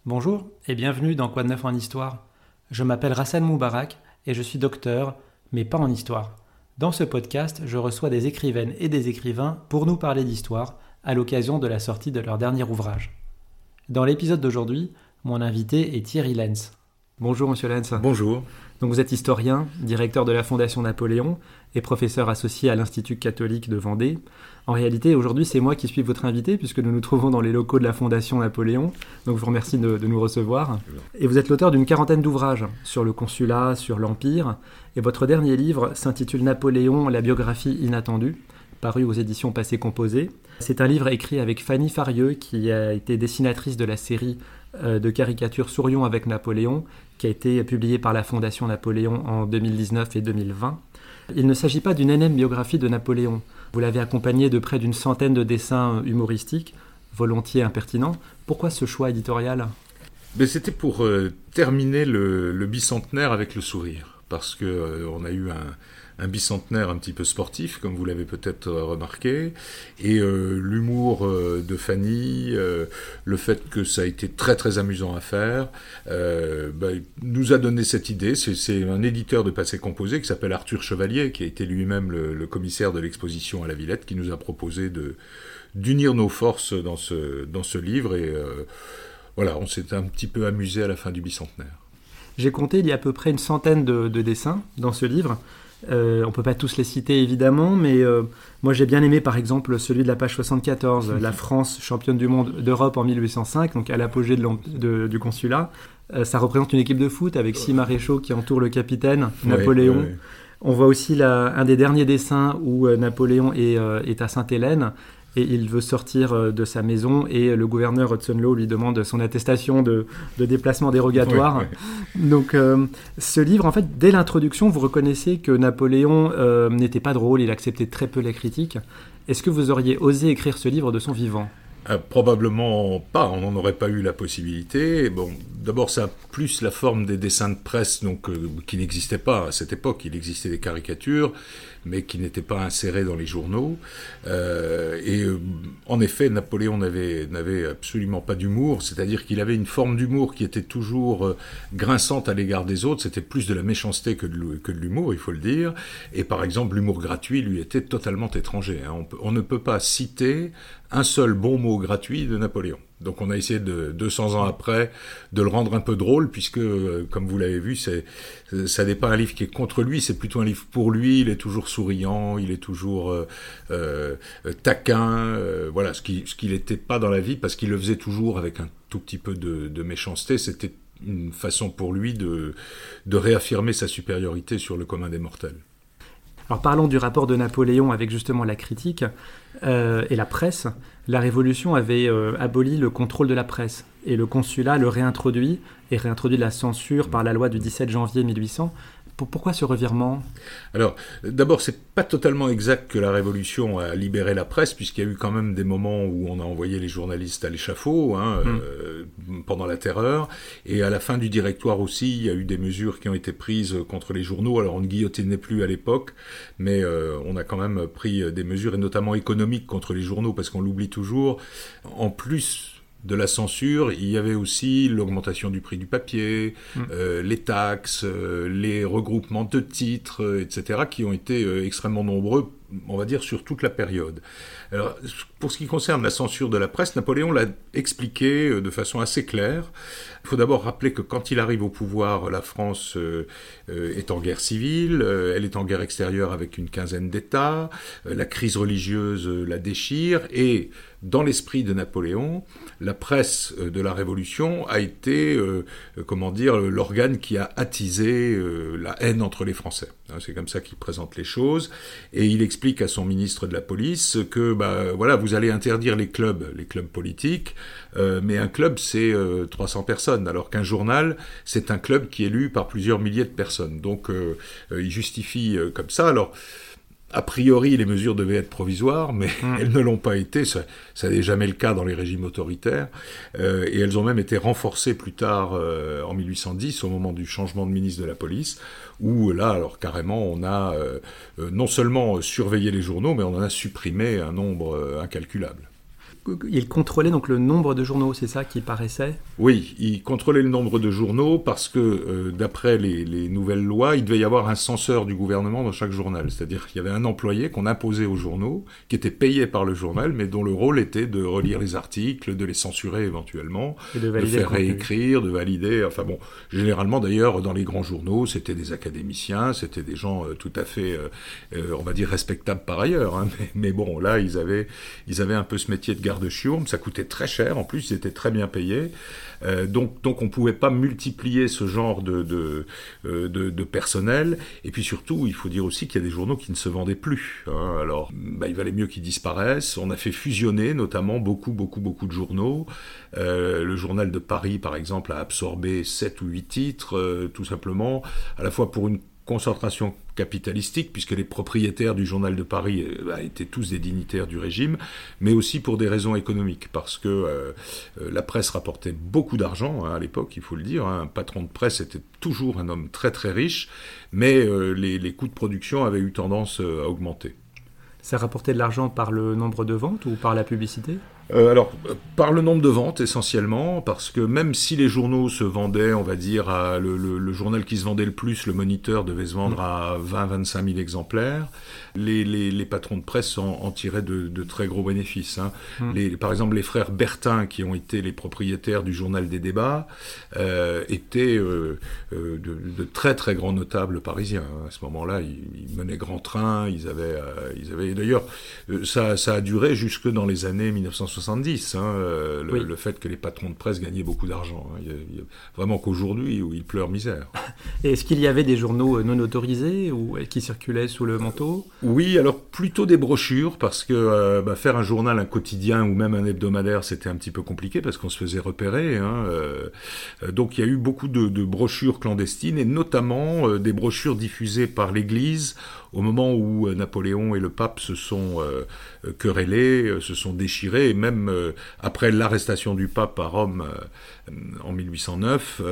Bonjour et bienvenue dans Quoi de neuf en histoire. Je m'appelle Rassan Moubarak et je suis docteur, mais pas en histoire. Dans ce podcast, je reçois des écrivaines et des écrivains pour nous parler d'histoire à l'occasion de la sortie de leur dernier ouvrage. Dans l'épisode d'aujourd'hui, mon invité est Thierry Lenz. Bonjour Monsieur Lenz. Bonjour. Donc vous êtes historien, directeur de la Fondation Napoléon et professeur associé à l'Institut catholique de Vendée. En réalité, aujourd'hui, c'est moi qui suis votre invité puisque nous nous trouvons dans les locaux de la Fondation Napoléon. Donc je vous remercie de nous recevoir. Et vous êtes l'auteur d'une quarantaine d'ouvrages sur le consulat, sur l'Empire. Et votre dernier livre s'intitule Napoléon, la biographie inattendue, paru aux éditions Passé Composé. C'est un livre écrit avec Fanny Farieux, qui a été dessinatrice de la série de caricatures Sourions avec Napoléon, qui a été publiée par la Fondation Napoléon en 2019 et 2020. Il ne s'agit pas d'une énième biographie de Napoléon. Vous l'avez accompagné de près d'une centaine de dessins humoristiques, volontiers impertinents. Pourquoi ce choix éditorial ? C'était pour terminer le bicentenaire avec le sourire, parce qu'on a eu un bicentenaire un petit peu sportif, comme vous l'avez peut-être remarqué, et l'humour de Fanny, le fait que ça a été très très amusant à faire, nous a donné cette idée. C'est un éditeur de Passé Composé qui s'appelle Arthur Chevalier, qui a été lui-même le commissaire de l'exposition à la Villette, qui nous a proposé d'unir nos forces dans ce livre, et voilà, on s'est un petit peu amusé à la fin du bicentenaire. J'ai compté, il y a à peu près une centaine de dessins dans ce livre. On ne peut pas tous les citer évidemment, mais moi j'ai bien aimé par exemple celui de la page 74, la France championne du monde d'Europe en 1805, donc à l'apogée du consulat. Ça représente une équipe de foot avec 6 maréchaux qui entourent le capitaine Napoléon. Ouais. On voit aussi un des derniers dessins où Napoléon est à Sainte-Hélène et il veut sortir de sa maison et le gouverneur Hudson Law lui demande son attestation de déplacement dérogatoire. Ouais. Donc ce livre, en fait, dès l'introduction, vous reconnaissez que Napoléon n'était pas drôle, il acceptait très peu les critiques. Est-ce que vous auriez osé écrire ce livre de son vivant ? Probablement pas, on n'en aurait pas eu la possibilité. Bon, d'abord, ça a plus la forme des dessins de presse, donc qui n'existaient pas à cette époque. Il existait des caricatures, mais qui n'étaient pas insérées dans les journaux. En effet, Napoléon n'avait absolument pas d'humour, c'est-à-dire qu'il avait une forme d'humour qui était toujours grinçante à l'égard des autres. C'était plus de la méchanceté que de l'humour, il faut le dire. Et par exemple, l'humour gratuit lui était totalement étranger. On ne peut pas citer un seul bon mot gratuit de Napoléon. Donc on a essayé 200 ans après de le rendre un peu drôle, puisque, comme vous l'avez vu, ça n'est pas un livre qui est contre lui, c'est plutôt un livre pour lui. Il est toujours souriant, il est toujours taquin, voilà, ce qu'il n'était pas dans la vie, parce qu'il le faisait toujours avec un tout petit peu de méchanceté. C'était une façon pour lui de réaffirmer sa supériorité sur le commun des mortels. Alors parlons du rapport de Napoléon avec justement la critique et la presse. La Révolution avait aboli le contrôle de la presse et le consulat le réintroduit la censure par la loi du 17 janvier 1800. Pourquoi ce revirement ? Alors, d'abord, c'est pas totalement exact que la Révolution a libéré la presse, puisqu'il y a eu quand même des moments où on a envoyé les journalistes à l'échafaud, pendant la Terreur, et à la fin du Directoire aussi, il y a eu des mesures qui ont été prises contre les journaux. Alors, on ne guillotinait plus à l'époque, mais on a quand même pris des mesures, et notamment économiques, contre les journaux, parce qu'on l'oublie toujours. En plus de la censure, il y avait aussi l'augmentation du prix du papier, les taxes, les regroupements de titres, etc., qui ont été extrêmement nombreux, on va dire, sur toute la période. Alors, pour ce qui concerne la censure de la presse, Napoléon l'a expliqué de façon assez claire. Il faut d'abord rappeler que quand il arrive au pouvoir, la France est en guerre civile, elle est en guerre extérieure avec une quinzaine d'États, la crise religieuse la déchire, et dans l'esprit de Napoléon, la presse de la Révolution a été, l'organe qui a attisé la haine entre les Français. C'est comme ça qu'il présente les choses, et il explique à son ministre de la police que, vous allez interdire les clubs politiques, mais un club c'est 300 personnes, alors qu'un journal c'est un club qui est lu par plusieurs milliers de personnes. Donc il justifie comme ça. Alors, a priori, les mesures devaient être provisoires, mais elles ne l'ont pas été. Ça n'est jamais le cas dans les régimes autoritaires. Et elles ont même été renforcées plus tard, en 1810, au moment du changement de ministre de la police, où là, alors carrément, on a non seulement surveillé les journaux, mais on en a supprimé un nombre incalculable. il contrôlait donc le nombre de journaux, c'est ça qui paraissait? Oui, il contrôlait le nombre de journaux parce que, d'après les nouvelles lois, il devait y avoir un censeur du gouvernement dans chaque journal. C'est-à-dire qu'il y avait un employé qu'on imposait aux journaux, qui était payé par le journal, mais dont le rôle était de relire les articles, de les censurer éventuellement, de faire réécrire, de valider. Enfin bon, généralement d'ailleurs, dans les grands journaux, c'était des académiciens, c'était des gens tout à fait, on va dire, respectables par ailleurs. Hein, mais bon, là, ils avaient un peu ce métier de garde-chiourme, ça coûtait très cher, en plus, ils étaient très bien payés. Donc on ne pouvait pas multiplier ce genre de personnel. Et puis surtout, il faut dire aussi qu'il y a des journaux qui ne se vendaient plus. Hein. Alors, il valait mieux qu'ils disparaissent. On a fait fusionner notamment beaucoup de journaux. Le journal de Paris, par exemple, a absorbé 7 ou 8 titres, tout simplement, à la fois pour une concentration capitalistique, puisque les propriétaires du journal de Paris étaient tous des dignitaires du régime, mais aussi pour des raisons économiques, parce que la presse rapportait beaucoup d'argent à l'époque, il faut le dire. Un patron de presse était toujours un homme très très riche, mais les coûts de production avaient eu tendance à augmenter. Ça rapportait de l'argent par le nombre de ventes ou par la publicité ? Alors, par le nombre de ventes essentiellement, parce que même si les journaux se vendaient, on va dire, le journal qui se vendait le plus, le Moniteur, devait se vendre à 20-25 000 exemplaires, les patrons de presse en tiraient de très gros bénéfices. Hein. Par exemple, les frères Bertin, qui ont été les propriétaires du journal des débats, étaient de très très grands notables parisiens. Hein. À ce moment-là, ils menaient grand train, ils avaient d'ailleurs, ça a duré jusque dans les années 1970, hein, le fait que les patrons de presse gagnaient beaucoup d'argent. Hein. Il y a vraiment qu'aujourd'hui où ils pleurent misère. Et est-ce qu'il y avait des journaux non autorisés ou qui circulaient sous le manteau ? Oui, alors plutôt des brochures, parce que faire un journal, un quotidien ou même un hebdomadaire, c'était un petit peu compliqué parce qu'on se faisait repérer. Hein. Donc il y a eu beaucoup de brochures clandestines, et notamment des brochures diffusées par l'Église au moment où Napoléon et le pape se sont querellés, se sont déchirés, et même après l'arrestation du pape à Rome en 1809,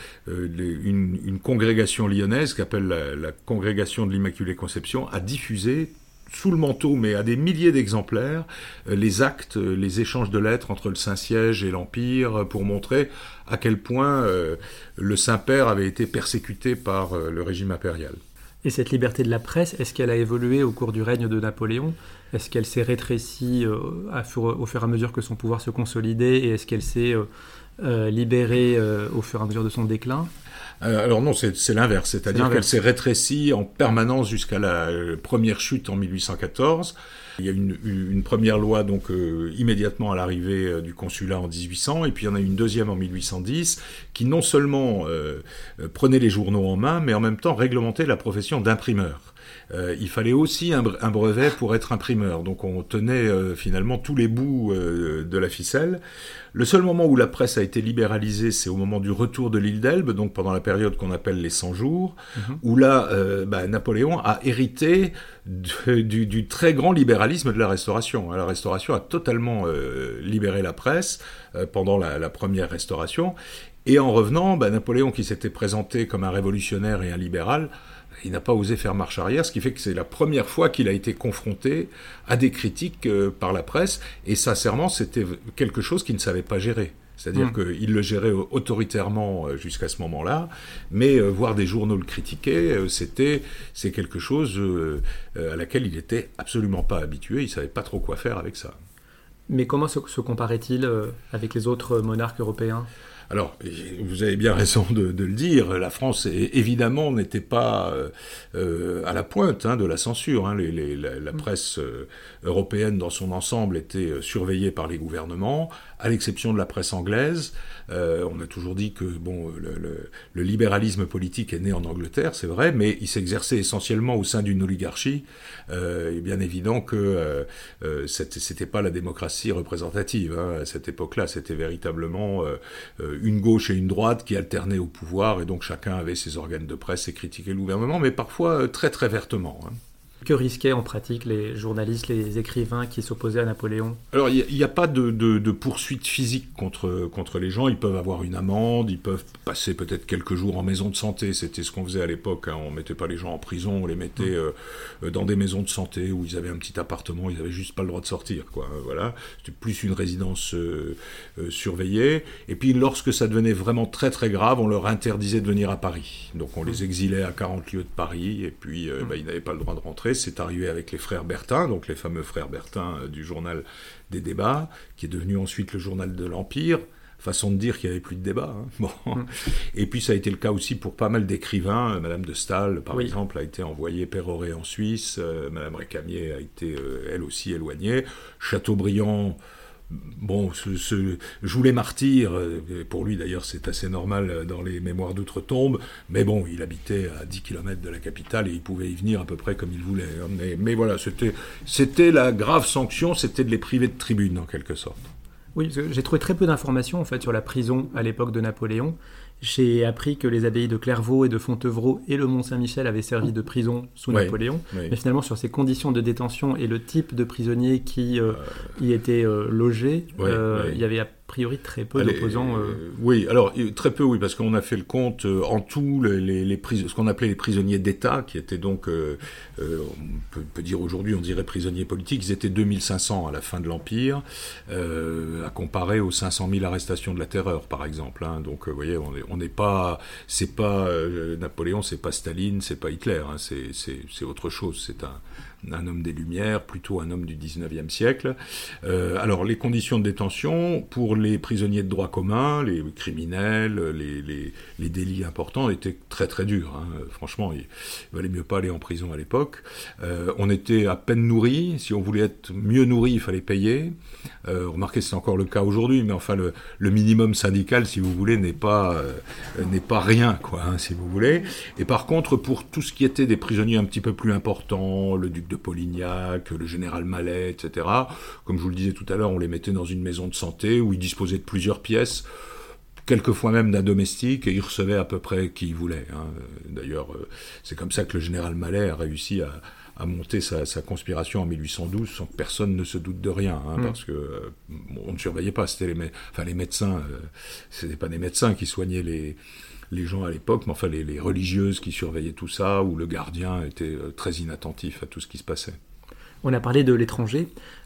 une congrégation lyonnaise qu'appelle la Congrégation de l'Immaculée Conception a diffusé sous le manteau, mais à des milliers d'exemplaires, les actes, les échanges de lettres entre le Saint-Siège et l'Empire, pour montrer à quel point le Saint-Père avait été persécuté par le régime impérial. Et cette liberté de la presse, est-ce qu'elle a évolué au cours du règne de Napoléon ? Est-ce qu'elle s'est rétrécie au fur et à mesure que son pouvoir se consolidait, et est-ce qu'elle s'est libérée au fur et à mesure de son déclin ? Alors non, c'est l'inverse, c'est-à-dire qu'elle s'est rétrécie en permanence jusqu'à la première chute en 1814. Il y a une première loi donc immédiatement à l'arrivée du consulat en 1800, et puis il y en a une deuxième en 1810 qui non seulement prenait les journaux en main, mais en même temps réglementait la profession d'imprimeur. Il fallait aussi un brevet pour être imprimeur, donc on tenait finalement tous les bouts de la ficelle. Le seul moment où la presse a été libéralisée, c'est au moment du retour de l'île d'Elbe, donc pendant la période qu'on appelle les 100 jours, où là, Napoléon a hérité du très grand libéralisme de la Restauration. La Restauration a totalement libéré la presse pendant la première Restauration, et en revenant, Napoléon, qui s'était présenté comme un révolutionnaire et un libéral, il n'a pas osé faire marche arrière, ce qui fait que c'est la première fois qu'il a été confronté à des critiques par la presse, et sincèrement, c'était quelque chose qu'il ne savait pas gérer. C'est-à-dire qu'il le gérait autoritairement jusqu'à ce moment-là, mais voir des journaux le critiquer, c'est quelque chose à laquelle il n'était absolument pas habitué, il ne savait pas trop quoi faire avec ça. Mais comment se comparait-il avec les autres monarques européens ? Alors, vous avez bien raison de le dire, la France, évidemment, n'était pas à la pointe de la censure. Hein. La presse européenne, dans son ensemble, était surveillée par les gouvernements, à l'exception de la presse anglaise. On a toujours dit que le libéralisme politique est né en Angleterre, c'est vrai, mais il s'exerçait essentiellement au sein d'une oligarchie. Il est bien évident que c'était pas la démocratie représentative. Hein. À cette époque-là, c'était véritablement une gauche et une droite qui alternaient au pouvoir, et donc chacun avait ses organes de presse et critiquait le gouvernement, mais parfois très très vertement. Hein. Que risquaient en pratique les journalistes, les écrivains qui s'opposaient à Napoléon? Alors, il n'y a pas de poursuite physique contre les gens. Ils peuvent avoir une amende, ils peuvent passer peut-être quelques jours en maison de santé. C'était ce qu'on faisait à l'époque. Hein. On ne mettait pas les gens en prison, on les mettait dans des maisons de santé où ils avaient un petit appartement, ils n'avaient juste pas le droit de sortir, quoi. Voilà. C'était plus une résidence surveillée. Et puis, lorsque ça devenait vraiment très très grave, on leur interdisait de venir à Paris. Donc, on les exilait à 40 lieues de Paris, et puis ils n'avaient pas le droit de rentrer. C'est arrivé avec les frères Bertin, donc les fameux frères Bertin du journal des débats, qui est devenu ensuite le journal de l'Empire. Façon de dire qu'il n'y avait plus de débat. Hein. Bon. Et puis ça a été le cas aussi pour pas mal d'écrivains. Madame de Staël, par exemple, a été envoyée pérorée en Suisse. Madame Récamier a été, elle aussi, éloignée. Chateaubriand... Bon, joue les martyrs, pour lui d'ailleurs c'est assez normal dans les mémoires d'outre-tombe, mais bon, il habitait à 10 km de la capitale et il pouvait y venir à peu près comme il voulait. Mais voilà, c'était la grave sanction, c'était de les priver de tribune en quelque sorte. Oui, parce que j'ai trouvé très peu d'informations en fait sur la prison à l'époque de Napoléon. J'ai appris que les abbayes de Clairvaux et de Fontevraud et le Mont-Saint-Michel avaient servi de prison sous Napoléon. Oui. Mais finalement, sur ces conditions de détention et le type de prisonniers qui y étaient logés, il y avait a priori très peu d'opposants. Oui, alors très peu, oui, parce qu'on a fait le compte en tout, ce qu'on appelait les prisonniers d'État, qui étaient donc, on peut dire aujourd'hui, on dirait prisonniers politiques, ils étaient 2500 à la fin de l'Empire, à comparer aux 500 000 arrestations de la Terreur, par exemple. Hein. Donc, vous voyez, on n'est pas, c'est pas Napoléon, c'est pas Staline, c'est pas Hitler, hein. C'est autre chose. C'est un homme des Lumières, plutôt un homme du 19e siècle. Alors, les conditions de détention, pour les prisonniers de droit commun, les criminels, les délits importants, étaient très très durs. Hein. Franchement, il valait mieux pas aller en prison à l'époque. On était à peine nourris. Si on voulait être mieux nourri, il fallait payer. Remarquez, c'est encore le cas aujourd'hui, mais enfin, le minimum syndical, si vous voulez, n'est pas rien, quoi, hein, si vous voulez. Et par contre, pour tout ce qui était des prisonniers un petit peu plus importants, le duc de Polignac, le général Mallet, etc., comme je vous le disais tout à l'heure, on les mettait dans une maison de santé où ils disposaient de plusieurs pièces, quelquefois même d'un domestique, et ils recevaient à peu près qui ils voulaient. Hein. D'ailleurs, c'est comme ça que le général Mallet a réussi à monter sa conspiration en 1812 sans que personne ne se doute de rien, hein, parce que on ne surveillait pas. C'était les médecins, c'était pas des médecins qui soignaient les gens à l'époque, mais enfin les religieuses qui surveillaient tout ça, ou le gardien était très inattentif à tout ce qui se passait. On a parlé de l'étranger.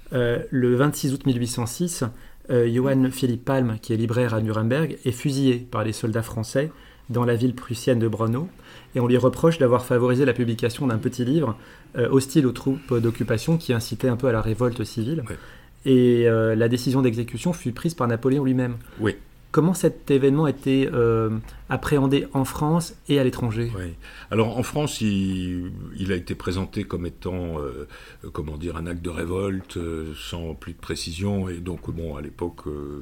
Le 26 août 1806, Johann Philipp Palm, qui est libraire à Nuremberg, est fusillé par les soldats français dans la ville prussienne de Braunau, et on lui reproche d'avoir favorisé la publication d'un petit livre hostile aux troupes d'occupation qui incitait un peu à la révolte civile. Ouais. Et la décision d'exécution fut prise par Napoléon lui-même. Oui. Comment cet événement a été appréhendé en France et à l'étranger ? Oui. Alors en France, il a été présenté comme étant, un acte de révolte, sans plus de précision. Et donc, bon, à l'époque,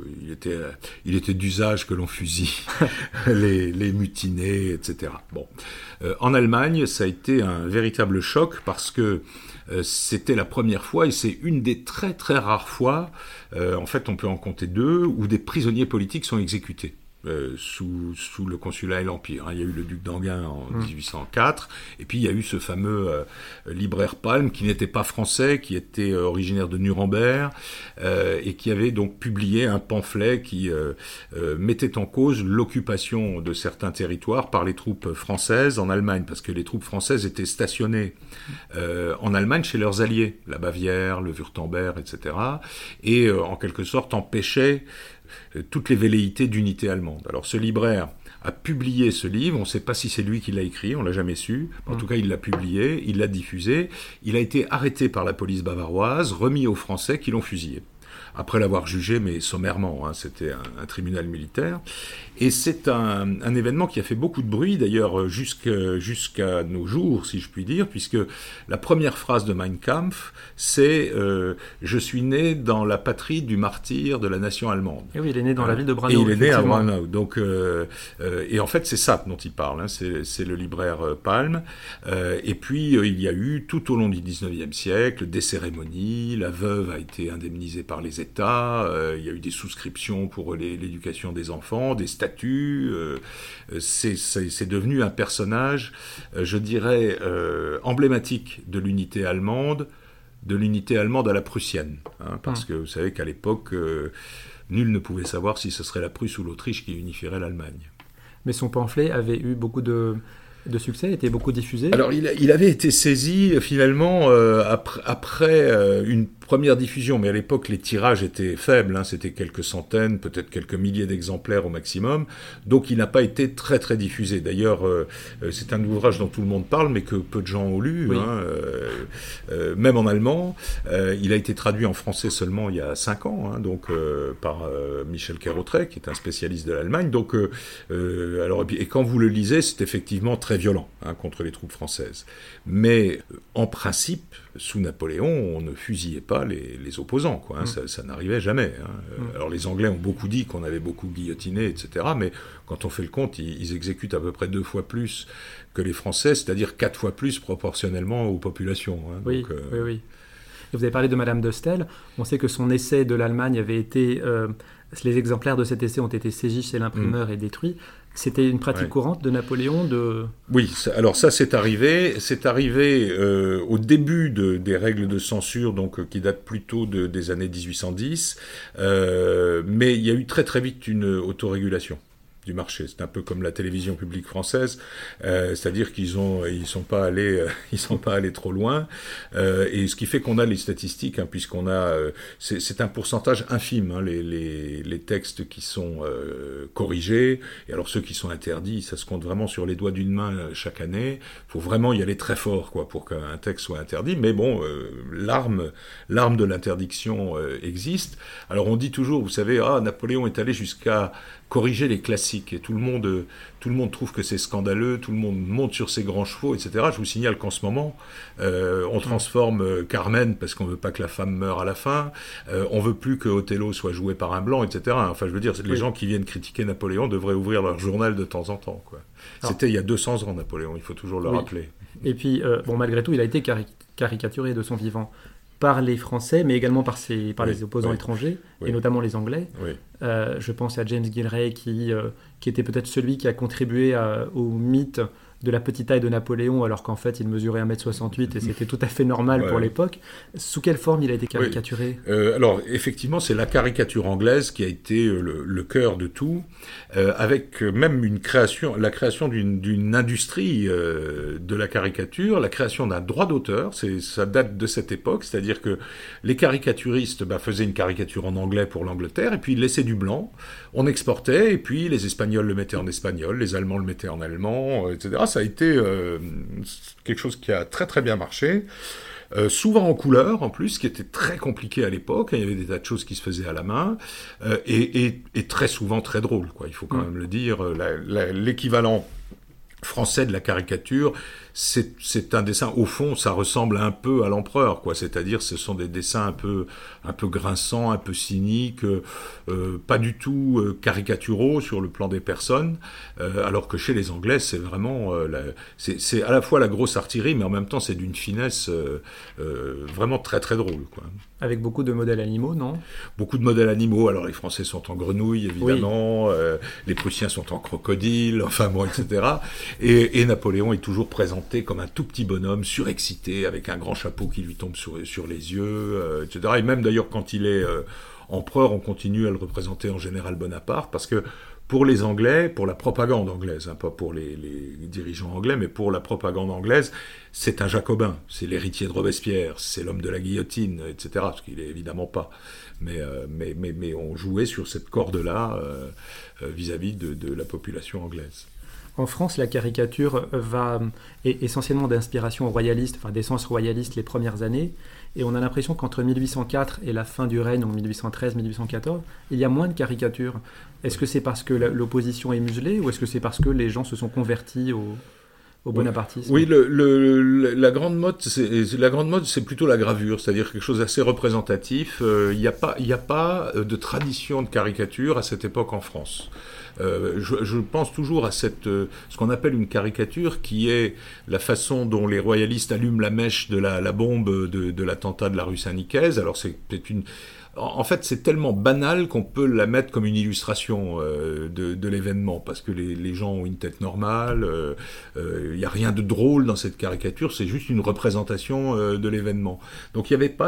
il était d'usage que l'on fusille les mutinés, etc. Bon. En Allemagne, ça a été un véritable choc parce que c'était la première fois, et c'est une des très très rares fois, en fait on peut en compter deux, où des prisonniers politiques sont exécutés. Sous le consulat et l'Empire. Il y a eu le duc d'Enghien en 1804, et puis il y a eu ce fameux libraire Palm, qui n'était pas français, qui était originaire de Nuremberg, et qui avait donc publié un pamphlet qui mettait en cause l'occupation de certains territoires par les troupes françaises en Allemagne, parce que les troupes françaises étaient stationnées en Allemagne chez leurs alliés, la Bavière, le Wurtemberg, etc., et en quelque sorte empêchaient toutes les velléités d'unité allemande. Alors ce libraire a publié ce livre, on ne sait pas si c'est lui qui l'a écrit, on ne l'a jamais su, en tout cas il l'a publié, il l'a diffusé, il a été arrêté par la police bavaroise, remis aux Français qui l'ont fusillé. Après l'avoir jugé, mais sommairement, hein, c'était un tribunal militaire. Et c'est un événement qui a fait beaucoup de bruit, d'ailleurs, jusqu'à nos jours, si je puis dire, puisque la première phrase de Mein Kampf, c'est je suis né dans la patrie du martyr de la nation allemande. Et oui, il est né dans la ville de Braunau. Et il est né à Braunau. Donc, et en fait, c'est ça dont il parle, hein, c'est le libraire Palm. Et puis, il y a eu, tout au long du 19e siècle, des cérémonies, la veuve a été indemnisée par les les États, il y a eu des souscriptions pour l'éducation des enfants, des statuts. C'est devenu un personnage, je dirais, emblématique de l'unité allemande à la prussienne. Parce que vous savez qu'à l'époque, nul ne pouvait savoir si ce serait la Prusse ou l'Autriche qui unifierait l'Allemagne. Mais son pamphlet avait eu beaucoup de succès, était beaucoup diffusé. Alors il avait été saisi finalement après une première diffusion, mais à l'époque les tirages étaient faibles, c'était quelques centaines, peut-être quelques milliers d'exemplaires au maximum, donc il n'a pas été très très diffusé. D'ailleurs c'est un ouvrage dont tout le monde parle mais que peu de gens ont lu, oui. Même en allemand. Il a été traduit en français seulement il y a 5 ans, donc par Michel Kérotret qui est un spécialiste de l'Allemagne. Donc et quand vous le lisez, c'est effectivement très violent contre les troupes françaises. Mais en principe, sous Napoléon, on ne fusillait pas les opposants, quoi. Ça n'arrivait jamais. Alors les Anglais ont beaucoup dit qu'on avait beaucoup guillotiné, etc. Mais quand on fait le compte, ils exécutent à peu près 2 fois plus que les Français, c'est-à-dire 4 fois plus proportionnellement aux populations. Oui, donc, oui. Et vous avez parlé de Madame de Staël. On sait que son essai de l'Allemagne avait été... les exemplaires de cet essai ont été saisis chez l'imprimeur et détruits. C'était une pratique courante de Napoléon de... Oui, alors ça c'est arrivé au début des règles de censure, donc qui datent plutôt des années 1810, mais il y a eu très très vite une autorégulation du marché. C'est un peu comme la télévision publique française, c'est-à-dire qu'ils sont pas allés trop loin, et ce qui fait qu'on a les statistiques, puisqu'on a c'est un pourcentage infime, les textes qui sont corrigés, et alors ceux qui sont interdits, ça se compte vraiment sur les doigts d'une main chaque année. Il faut vraiment y aller très fort, quoi, pour qu'un texte soit interdit. Mais bon, l'arme de l'interdiction existe. Alors on dit toujours, vous savez, Napoléon est allé jusqu'à corriger les classiques, et tout le monde trouve que c'est scandaleux, tout le monde monte sur ses grands chevaux, etc. Je vous signale qu'en ce moment, on transforme Carmen parce qu'on veut pas que la femme meure à la fin, on veut plus que Othello soit joué par un blanc, etc. Enfin, je veux dire, les gens qui viennent critiquer Napoléon devraient ouvrir leur journal de temps en temps, quoi. C'était il y a 200 ans, Napoléon, il faut toujours le rappeler. Et puis, malgré tout, il a été caricaturé de son vivant par les Français, mais également par les opposants étrangers, et notamment les Anglais. Je pense à James Gillray, qui était peut-être celui qui a contribué au mythe de la petite taille de Napoléon, alors qu'en fait il mesurait 1m68 et c'était tout à fait normal pour l'époque. Sous quelle forme il a été caricaturé ? Alors effectivement, c'est la caricature anglaise qui a été le cœur de tout, avec même la création d'une industrie de la caricature, la création d'un droit d'auteur. Ça date de cette époque, c'est-à-dire que les caricaturistes faisaient une caricature en anglais pour l'Angleterre, et puis ils laissaient du blanc, on exportait, et puis les Espagnols le mettaient en espagnol, les Allemands le mettaient en allemand, etc. Ça a été quelque chose qui a très très bien marché, souvent en couleur en plus, ce qui était très compliqué à l'époque. Il y avait des tas de choses qui se faisaient à la main, et très souvent très drôle, quoi. Il faut quand même le dire. L'équivalent français de la caricature, c'est un dessin, au fond, ça ressemble un peu à l'empereur, quoi. C'est-à-dire, ce sont des dessins un peu grinçants, un peu cyniques, pas du tout caricaturaux sur le plan des personnes, alors que chez les Anglais, c'est vraiment, c'est à la fois la grosse artillerie, mais en même temps, c'est d'une finesse vraiment très très drôle, quoi. Avec beaucoup de modèles animaux, non ? Beaucoup de modèles animaux. Alors, les Français sont en grenouille, évidemment, les Prussiens sont en crocodile, enfin bon, etc. Et Napoléon est toujours présenté comme un tout petit bonhomme surexcité, avec un grand chapeau qui lui tombe sur les yeux, etc. Et même d'ailleurs quand il est empereur, on continue à le représenter en général Bonaparte, parce que pour les Anglais, pour la propagande anglaise, pas pour les dirigeants anglais, mais pour la propagande anglaise, c'est un jacobin, c'est l'héritier de Robespierre, c'est l'homme de la guillotine, etc. Ce qu'il est évidemment pas. Mais on jouait sur cette corde-là vis-à-vis de la population anglaise. En France, la caricature est essentiellement d'inspiration royaliste, d'essence royaliste les premières années, et on a l'impression qu'entre 1804 et la fin du règne, en 1813-1814, il y a moins de caricatures. Est-ce que c'est parce que l'opposition est muselée, ou est-ce que c'est parce que les gens se sont convertis au bonapartisme ? Oui, la grande mode, c'est plutôt la gravure, c'est-à-dire quelque chose d'assez représentatif. Il n'y a pas de tradition de caricature à cette époque en France. Je pense toujours à ce qu'on appelle une caricature, qui est la façon dont les royalistes allument la mèche de la bombe de l'attentat de la rue Saint-Nicaise. Alors En fait, c'est tellement banal qu'on peut la mettre comme une illustration de l'événement, parce que les gens ont une tête normale, il n'y a rien de drôle dans cette caricature, c'est juste une représentation de l'événement. Donc il n'y avait pas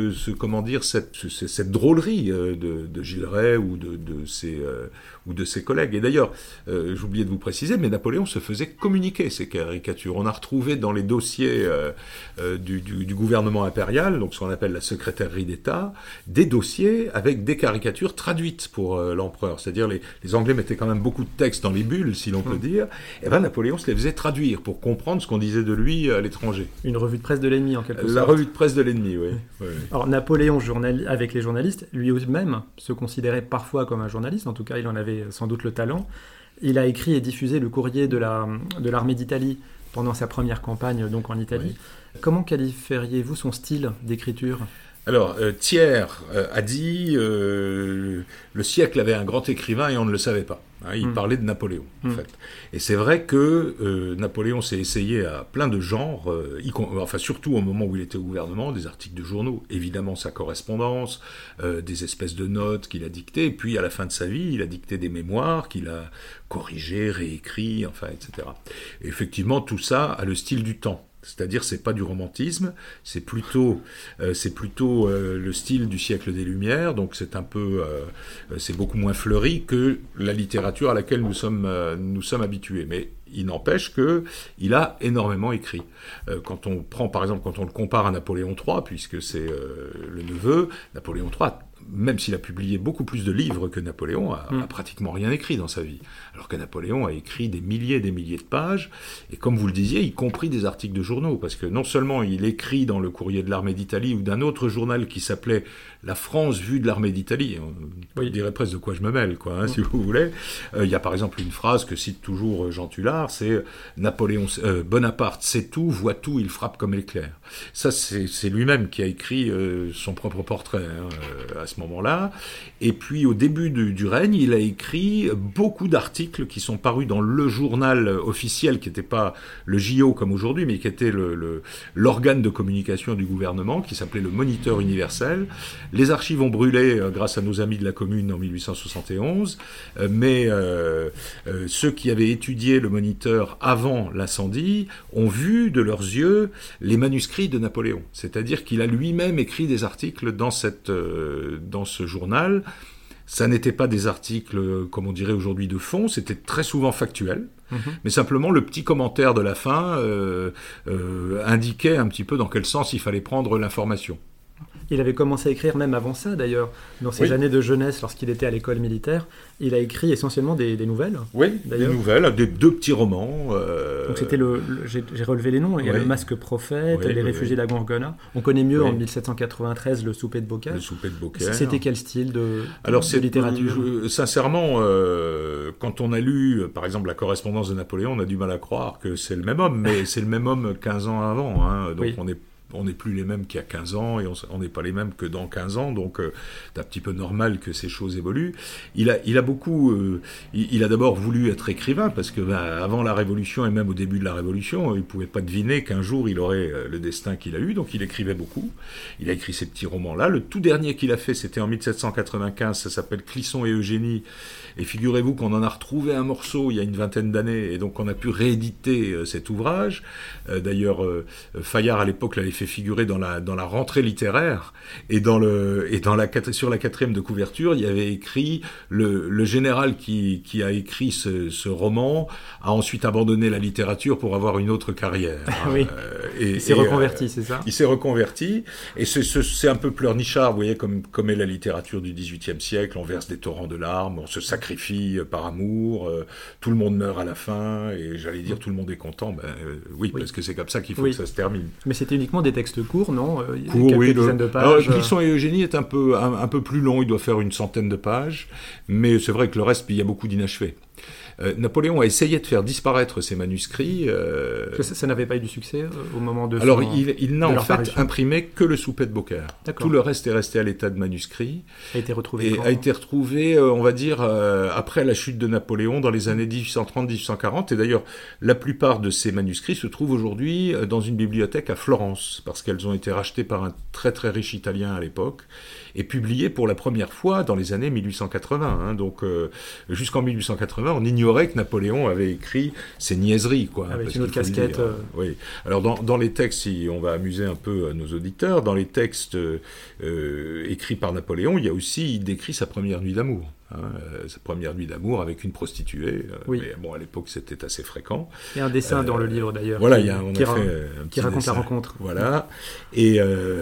cette drôlerie de Gilles Rey ou de ses collègues. Et d'ailleurs, j'oubliais de vous préciser, mais Napoléon se faisait communiquer ces caricatures. On a retrouvé dans les dossiers du gouvernement impérial, donc ce qu'on appelle la secrétairerie d'État, des dossiers avec des caricatures traduites pour l'empereur. C'est-à-dire les Anglais mettaient quand même beaucoup de textes dans les bulles, si l'on peut dire. Et ben Napoléon se les faisait traduire pour comprendre ce qu'on disait de lui à l'étranger. Une revue de presse de l'ennemi, en quelque sorte. La revue de presse de l'ennemi, oui. Alors Napoléon, avec les journalistes, lui-même se considérait parfois comme un journaliste, en tout cas il en avait sans doute le talent. Il a écrit et diffusé le courrier de l'armée d'Italie pendant sa première campagne donc en Italie. Oui. Comment qualifieriez-vous son style d'écriture ? Alors, Thiers a dit le siècle avait un grand écrivain et on ne le savait pas. Il parlait de Napoléon, en fait. Et c'est vrai que Napoléon s'est essayé à plein de genres, surtout au moment où il était au gouvernement, des articles de journaux, évidemment sa correspondance, des espèces de notes qu'il a dictées, et puis à la fin de sa vie, il a dicté des mémoires qu'il a corrigés, réécrits, etc. Et effectivement, tout ça a le style du temps. C'est-à-dire, c'est pas du romantisme, c'est plutôt le style du siècle des Lumières. Donc, c'est beaucoup moins fleuri que la littérature à laquelle nous sommes habitués. Mais il n'empêche que il a énormément écrit. Quand on le compare à Napoléon III, puisque c'est le neveu, Napoléon III, même s'il a publié beaucoup plus de livres que Napoléon, a pratiquement rien écrit dans sa vie. Alors que Napoléon a écrit des milliers et des milliers de pages, et comme vous le disiez, y compris des articles de journaux, parce que non seulement il écrit dans le Courrier de l'armée d'Italie ou d'un autre journal qui s'appelait La France vue de l'armée d'Italie, on dirait presque de quoi je me mêle, si vous voulez. Il y a par exemple une phrase que cite toujours Jean Tullard, c'est Bonaparte sait tout, voit tout, il frappe comme éclair. Ça, c'est lui-même qui a écrit son propre portrait à ce moment-là. Et puis au début du règne, il a écrit beaucoup d'articles qui sont parus dans le journal officiel, qui n'était pas le JO comme aujourd'hui, mais qui était l'organe de communication du gouvernement, qui s'appelait le Moniteur universel. Les archives ont brûlé grâce à nos amis de la Commune en 1871, mais ceux qui avaient étudié le Moniteur avant l'incendie ont vu de leurs yeux les manuscrits de Napoléon. C'est-à-dire qu'il a lui-même écrit des articles dans ce journal. Ça n'était pas des articles, comme on dirait aujourd'hui, de fond, c'était très souvent factuel, mais simplement le petit commentaire de la fin indiquait un petit peu dans quel sens il fallait prendre l'information. Il avait commencé à écrire même avant ça, d'ailleurs. Dans ses années de jeunesse, lorsqu'il était à l'école militaire, il a écrit essentiellement des nouvelles. Oui, d'ailleurs. Des nouvelles, deux petits romans. Donc c'était j'ai relevé les noms, il y a Le Masque Prophète, Les Réfugiés d'Agorgona. On connaît mieux en 1793 Le Souper de Beaucaire. Le Souper de Beaucaire. C'était quel style de littérature ? Sincèrement, quand on a lu, par exemple, la correspondance de Napoléon, on a du mal à croire que c'est le même homme, mais c'est le même homme 15 ans avant. Donc on n'est plus les mêmes qu'il y a 15 ans et on n'est pas les mêmes que dans 15 ans, donc c'est un petit peu normal que ces choses évoluent. Il a d'abord voulu être écrivain parce que avant la Révolution et même au début de la Révolution, il ne pouvait pas deviner qu'un jour il aurait le destin qu'il a eu, donc il écrivait beaucoup. Il a écrit ces petits romans-là. Le tout dernier qu'il a fait, c'était en 1795, ça s'appelle Clisson et Eugénie, et figurez-vous qu'on en a retrouvé un morceau il y a une vingtaine d'années, et donc on a pu rééditer cet ouvrage. D'ailleurs, Fayard à l'époque l'avait fait figurer dans la rentrée littéraire, et sur la quatrième de couverture, il y avait écrit le général qui a écrit ce roman a ensuite abandonné la littérature pour avoir une autre carrière. Oui. Il s'est reconverti, c'est ça ? Il s'est reconverti, et c'est un peu pleurnichard, vous voyez, comme est la littérature du XVIIIe siècle. On verse des torrents de larmes, on se sacrifie par amour, tout le monde meurt à la fin, et j'allais dire tout le monde est content. Oui, parce que c'est comme ça qu'il faut que ça se termine. Mais c'était uniquement des textes courts, non ? Quelques dizaines de pages. Clisson et Eugénie est un peu plus long, il doit faire une centaine de pages, mais c'est vrai que le reste, il y a beaucoup d'inachevés. Napoléon a essayé de faire disparaître ces manuscrits. Ça n'avait pas eu du succès au moment de Alors, il n'a en fait parution. imprimé que le Soupet de Beaucaire. Tout le reste est resté à l'état de manuscrit. A été retrouvé Et a été retrouvé, on va dire, après la chute de Napoléon, dans les années 1830-1840. Et d'ailleurs, la plupart de ces manuscrits se trouvent aujourd'hui dans une bibliothèque à Florence, parce qu'elles ont été rachetées par un très très riche Italien à l'époque, et publiées pour la première fois dans les années 1880. Hein. Donc, jusqu'en 1880, on ignorait que Napoléon avait écrit ces niaiseries, quoi. Avec une autre casquette. Oui. Alors, dans les textes, si on va amuser un peu nos auditeurs, dans les textes écrits par Napoléon, il décrit sa première nuit d'amour. Sa première nuit d'amour avec une prostituée. Oui. Mais bon, à l'époque, c'était assez fréquent. Il y a un dessin dans le livre, d'ailleurs. Voilà, qui raconte dessin. la rencontre. Voilà. Et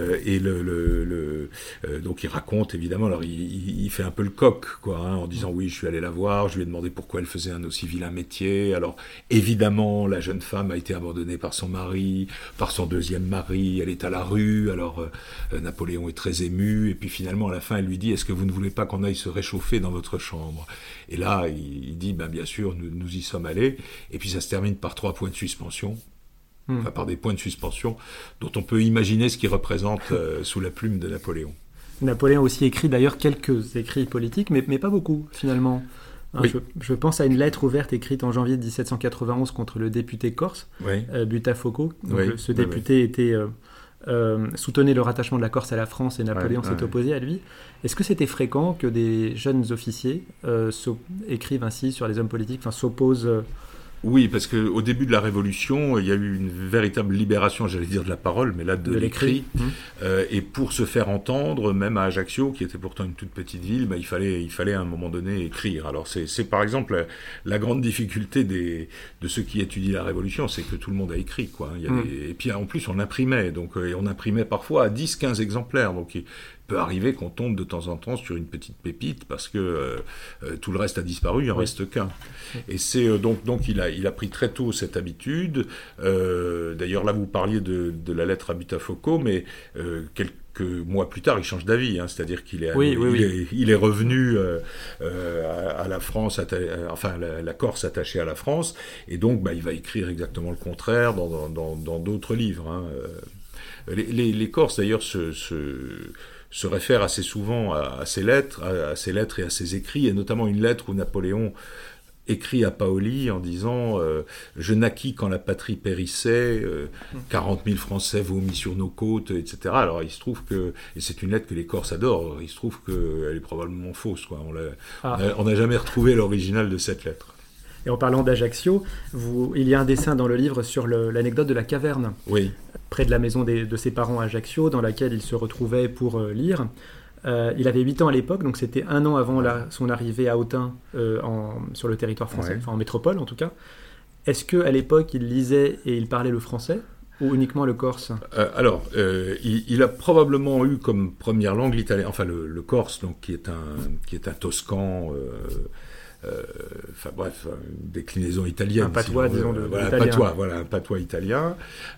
donc, il raconte, évidemment, alors il fait un peu le coq, quoi, en disant, oui, je suis allé la voir, je lui ai demandé pourquoi elle faisait un aussi vilain métier. Alors, évidemment, la jeune femme a été abandonnée par son mari, par son deuxième mari, elle est à la rue, alors Napoléon est très ému, et puis finalement, à la fin, elle lui dit, est-ce que vous ne voulez pas qu'on aille se réchauffer dans votre chambre? Et là, il dit, bien sûr, nous y sommes allés, et puis ça se termine par 3 points de suspension, enfin par des points de suspension, dont on peut imaginer ce qu'ils représentent sous la plume de Napoléon. Napoléon a aussi écrit d'ailleurs quelques écrits politiques, mais pas beaucoup, finalement. Oui. Je pense à une lettre ouverte écrite en janvier 1791 contre le député corse, Oui. Butafoco. Donc, Oui. ce député soutenait le rattachement de la Corse à la France et Napoléon s'est opposé à lui. Est-ce que c'était fréquent que des jeunes officiers écrivent ainsi sur les hommes politiques, s'opposent Oui, parce qu'au début de la Révolution, il y a eu une véritable libération, j'allais dire de la parole, mais là de l'écrit. Et pour se faire entendre, même à Ajaccio, qui était pourtant une toute petite ville, il fallait à un moment donné écrire. Alors c'est par exemple la grande difficulté de ceux qui étudient la Révolution, c'est que tout le monde a écrit, quoi. Et puis en plus on imprimait, donc et on imprimait parfois à 10-15 exemplaires, donc il peut arriver qu'on tombe de temps en temps sur une petite pépite parce que tout le reste a disparu, il en reste qu'un. Et c'est donc il a pris très tôt cette habitude. D'ailleurs là vous parliez de la lettre à Butafoco, mais quelques mois plus tard il change d'avis, hein, c'est-à-dire qu'il est il est revenu à la France, la Corse attachée à la France, et donc il va écrire exactement le contraire dans d'autres livres. Hein. Les Corses d'ailleurs se réfère assez souvent à ces lettres et à ces écrits, et notamment une lettre où Napoléon écrit à Paoli en disant je naquis quand la patrie périssait, 40 000 Français vomis sur nos côtes, etc. Alors il se trouve que, et c'est une lettre que les Corses adorent, il se trouve qu'elle est probablement fausse, quoi. On n'a jamais retrouvé l'original de cette lettre. Et en parlant d'Ajaccio, il y a un dessin dans le livre sur l'anecdote de la caverne, près de la maison de ses parents à Ajaccio, dans laquelle il se retrouvait pour lire. Il avait 8 ans à l'époque, donc c'était 1 an avant son arrivée à Autun, sur le territoire français, en métropole en tout cas. Est-ce qu'à l'époque, il lisait et il parlait le français, ou uniquement le corse? Il a probablement eu comme première langue l'italien, enfin le corse, donc, qui est un toscan... une déclinaison italienne. Un patois, disons, un patois italien.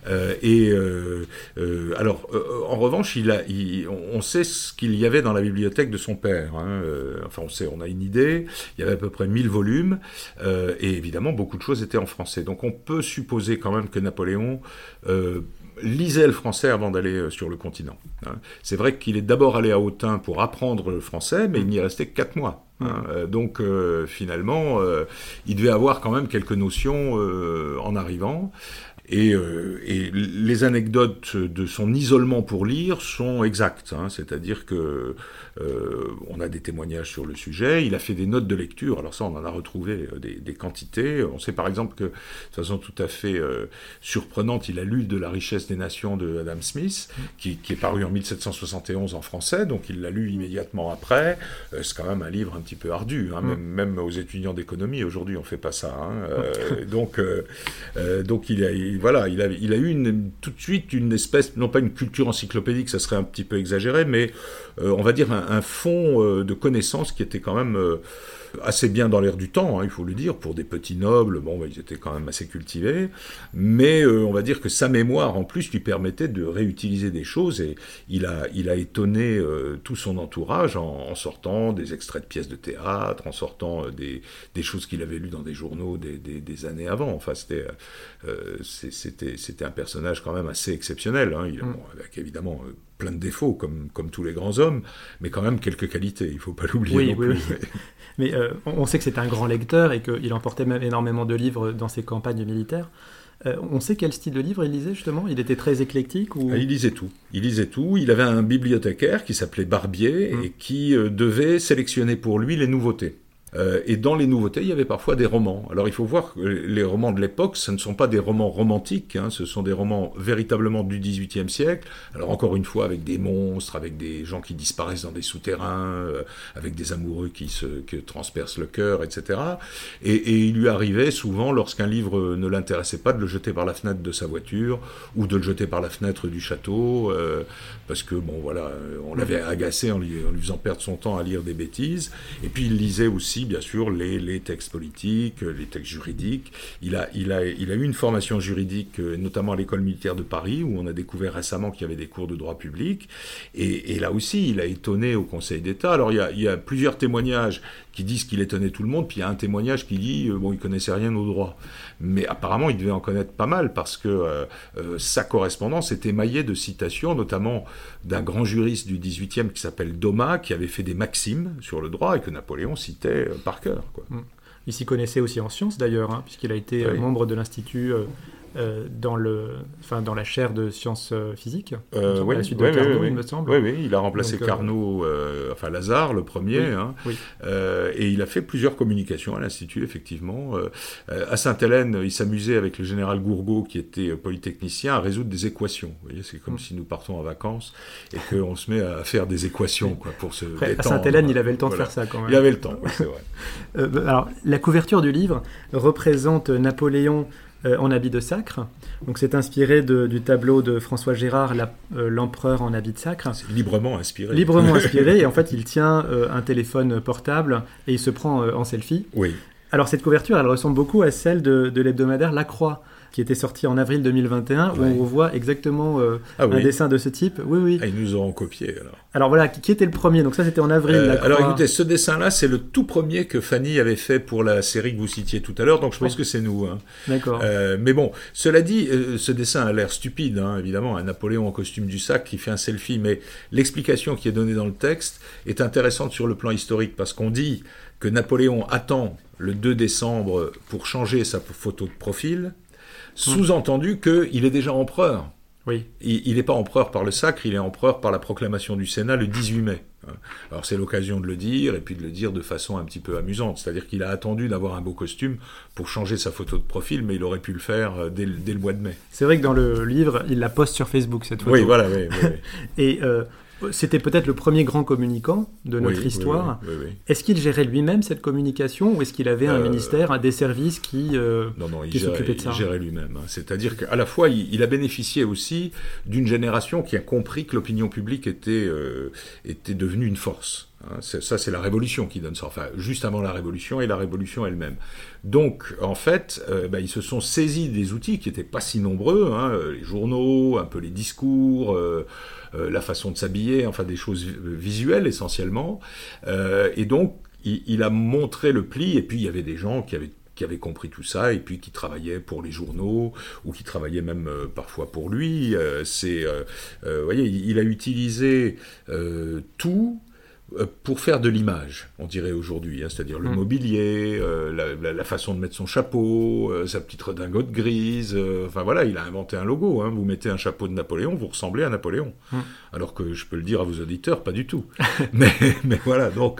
En revanche, on sait ce qu'il y avait dans la bibliothèque de son père. Hein. On a une idée. Il y avait à peu près 1000 volumes. Et évidemment, beaucoup de choses étaient en français. Donc, on peut supposer quand même que Napoléon lisait le français avant d'aller sur le continent. Hein. C'est vrai qu'il est d'abord allé à Autun pour apprendre le français, mais il n'y est resté que 4 mois. Donc finalement, il devait avoir quand même quelques notions en arrivant. Et les anecdotes de son isolement pour lire sont exactes, hein, c'est-à-dire que on a des témoignages sur le sujet, il a fait des notes de lecture, alors ça on en a retrouvé des quantités, on sait par exemple que de façon tout à fait surprenante, il a lu De la richesse des nations de Adam Smith, qui est paru en 1771 en français, donc il l'a lu immédiatement après. C'est quand même un livre un petit peu ardu, hein, même aux étudiants d'économie aujourd'hui on fait pas ça, hein, donc il a eu tout de suite une espèce, non pas une culture encyclopédique, ça serait un petit peu exagéré, mais on va dire un fond de connaissances qui était quand même assez bien dans l'air du temps, hein, il faut le dire, pour des petits nobles, ils étaient quand même assez cultivés, mais on va dire que sa mémoire, en plus, lui permettait de réutiliser des choses, et il a étonné tout son entourage en sortant des extraits de pièces de théâtre, en sortant des choses qu'il avait lues dans des journaux des années avant. Enfin, c'était un personnage quand même assez exceptionnel, hein. Avec évidemment plein de défauts, comme tous les grands hommes, mais quand même quelques qualités, il ne faut pas l'oublier non plus. Oui. Mais on sait que c'était un grand lecteur et qu'il emportait même énormément de livres dans ses campagnes militaires. On sait quel style de livre il lisait, justement? Il était très éclectique ou... Il lisait tout. Il avait un bibliothécaire qui s'appelait Barbier et qui devait sélectionner pour lui les nouveautés. Et dans les nouveautés, il y avait parfois des romans. Alors il faut voir que les romans de l'époque, ce ne sont pas des romans romantiques, hein, ce sont des romans véritablement du XVIIIe siècle. Alors encore une fois, avec des monstres, avec des gens qui disparaissent dans des souterrains, avec des amoureux qui transpercent le cœur, etc. Et il lui arrivait souvent, lorsqu'un livre ne l'intéressait pas, de le jeter par la fenêtre de sa voiture, ou de le jeter par la fenêtre du château, parce que on l'avait agacé en lui faisant perdre son temps à lire des bêtises. Et puis il lisait aussi, bien sûr, les textes politiques, les textes juridiques. Il a eu une formation juridique, notamment à l'école militaire de Paris, où on a découvert récemment qu'il y avait des cours de droit public. Et là aussi, il a étonné au Conseil d'État. Alors, il y a plusieurs témoignages qui disent qu'il étonnait tout le monde, puis il y a un témoignage qui dit il connaissait rien au droit. Mais apparemment, il devait en connaître pas mal, parce que sa correspondance est émaillée de citations, notamment d'un grand juriste du XVIIIe qui s'appelle Domat, qui avait fait des maximes sur le droit et que Napoléon citait par cœur, quoi. Il s'y connaissait aussi en sciences, d'ailleurs, hein, puisqu'il a été membre de l'Institut dans la chaire de sciences physiques, à la suite de Carnot, il me semble. Oui, il a remplacé Carnot, Lazare, le premier, et il a fait plusieurs communications à l'Institut, effectivement. À Sainte-Hélène, il s'amusait avec le général Gourgaud, qui était polytechnicien, à résoudre des équations. Vous voyez, c'est comme si nous partons en vacances et qu'on se met à faire des équations, quoi, pour se détendre. À Sainte-Hélène, il avait le temps de faire ça, quand même. Il avait le temps, oui, c'est vrai. Alors, la couverture du livre représente Napoléon en habit de sacre. Donc c'est inspiré du tableau de François Gérard, l'empereur en habit de sacre. C'est librement inspiré. Librement inspiré, et en fait il tient un téléphone portable et il se prend en selfie. Oui. Alors cette couverture, elle ressemble beaucoup à celle de l'hebdomadaire La Croix, qui était sorti en avril 2021, où on voit exactement un dessin de ce type. Oui. Ah, ils nous auront copié, alors. Alors voilà, qui était le premier? Donc ça, c'était en avril. Alors écoutez, ce dessin-là, c'est le tout premier que Fanny avait fait pour la série que vous citiez tout à l'heure, donc je pense que c'est nous. Hein. D'accord. Mais bon, cela dit, ce dessin a l'air stupide, hein, évidemment, un Napoléon en costume du sac qui fait un selfie, mais l'explication qui est donnée dans le texte est intéressante sur le plan historique, parce qu'on dit que Napoléon attend le 2 décembre pour changer sa photo de profil, sous-entendu qu'il est déjà empereur. Oui. Il n'est pas empereur par le sacre, il est empereur par la proclamation du Sénat le 18 mai. Alors c'est l'occasion de le dire, et puis de le dire de façon un petit peu amusante. C'est-à-dire qu'il a attendu d'avoir un beau costume pour changer sa photo de profil, mais il aurait pu le faire dès le mois de mai. C'est vrai que dans le livre, il la poste sur Facebook, cette photo. Oui, voilà. Oui. Et c'était peut-être le premier grand communicant de notre histoire. Oui. Est-ce qu'il gérait lui-même cette communication, ou est-ce qu'il avait un ministère, des services qui s'occupaient de ça? Il gérait lui-même. Hein. C'est-à-dire qu'à la fois, il a bénéficié aussi d'une génération qui a compris que l'opinion publique était devenue une force. Hein. Ça, c'est la Révolution qui donne ça. Enfin, juste avant la Révolution et la Révolution elle-même. Donc, en fait, ils se sont saisis des outils qui n'étaient pas si nombreux, hein, les journaux, un peu les discours, la façon de s'habiller, enfin des choses visuelles essentiellement. Et donc, il a montré le pli, et puis il y avait des gens qui avaient compris tout ça, et puis qui travaillaient pour les journaux, ou qui travaillaient même parfois pour lui. Vous voyez, il a utilisé tout pour faire de l'image, on dirait aujourd'hui, hein, c'est-à-dire le mobilier, la façon de mettre son chapeau, sa petite redingote grise, enfin voilà, il a inventé un logo, hein, vous mettez un chapeau de Napoléon, vous ressemblez à Napoléon, alors que je peux le dire à vos auditeurs, pas du tout, mais voilà, donc